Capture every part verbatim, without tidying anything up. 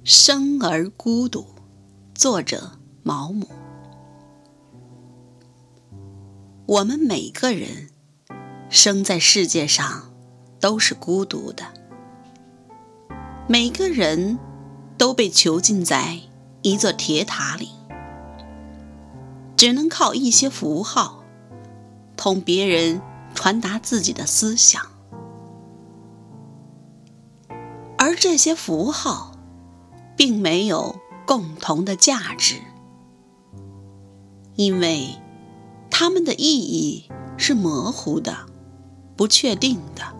生而孤独，作者毛姆。我们每个人生在世界上都是孤独的，每个人都被囚禁在一座铁塔里，只能靠一些符号同别人传达自己的思想，而这些符号并没有共同的价值，因为它们的意义是模糊的、不确定的。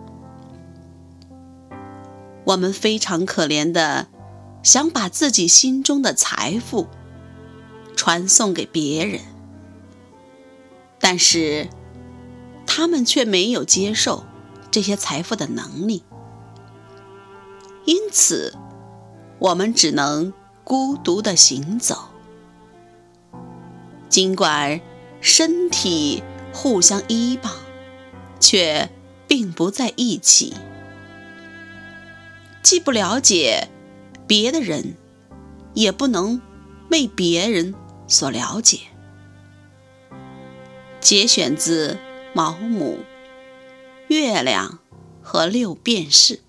我们非常可怜地想把自己心中的财富传送给别人，但是他们却没有接受这些财富的能力，因此我们只能孤独地行走，尽管身体互相依傍，却并不在一起，既不了解别的人，也不能为别人所了解。节选自毛姆《月亮和六便士》。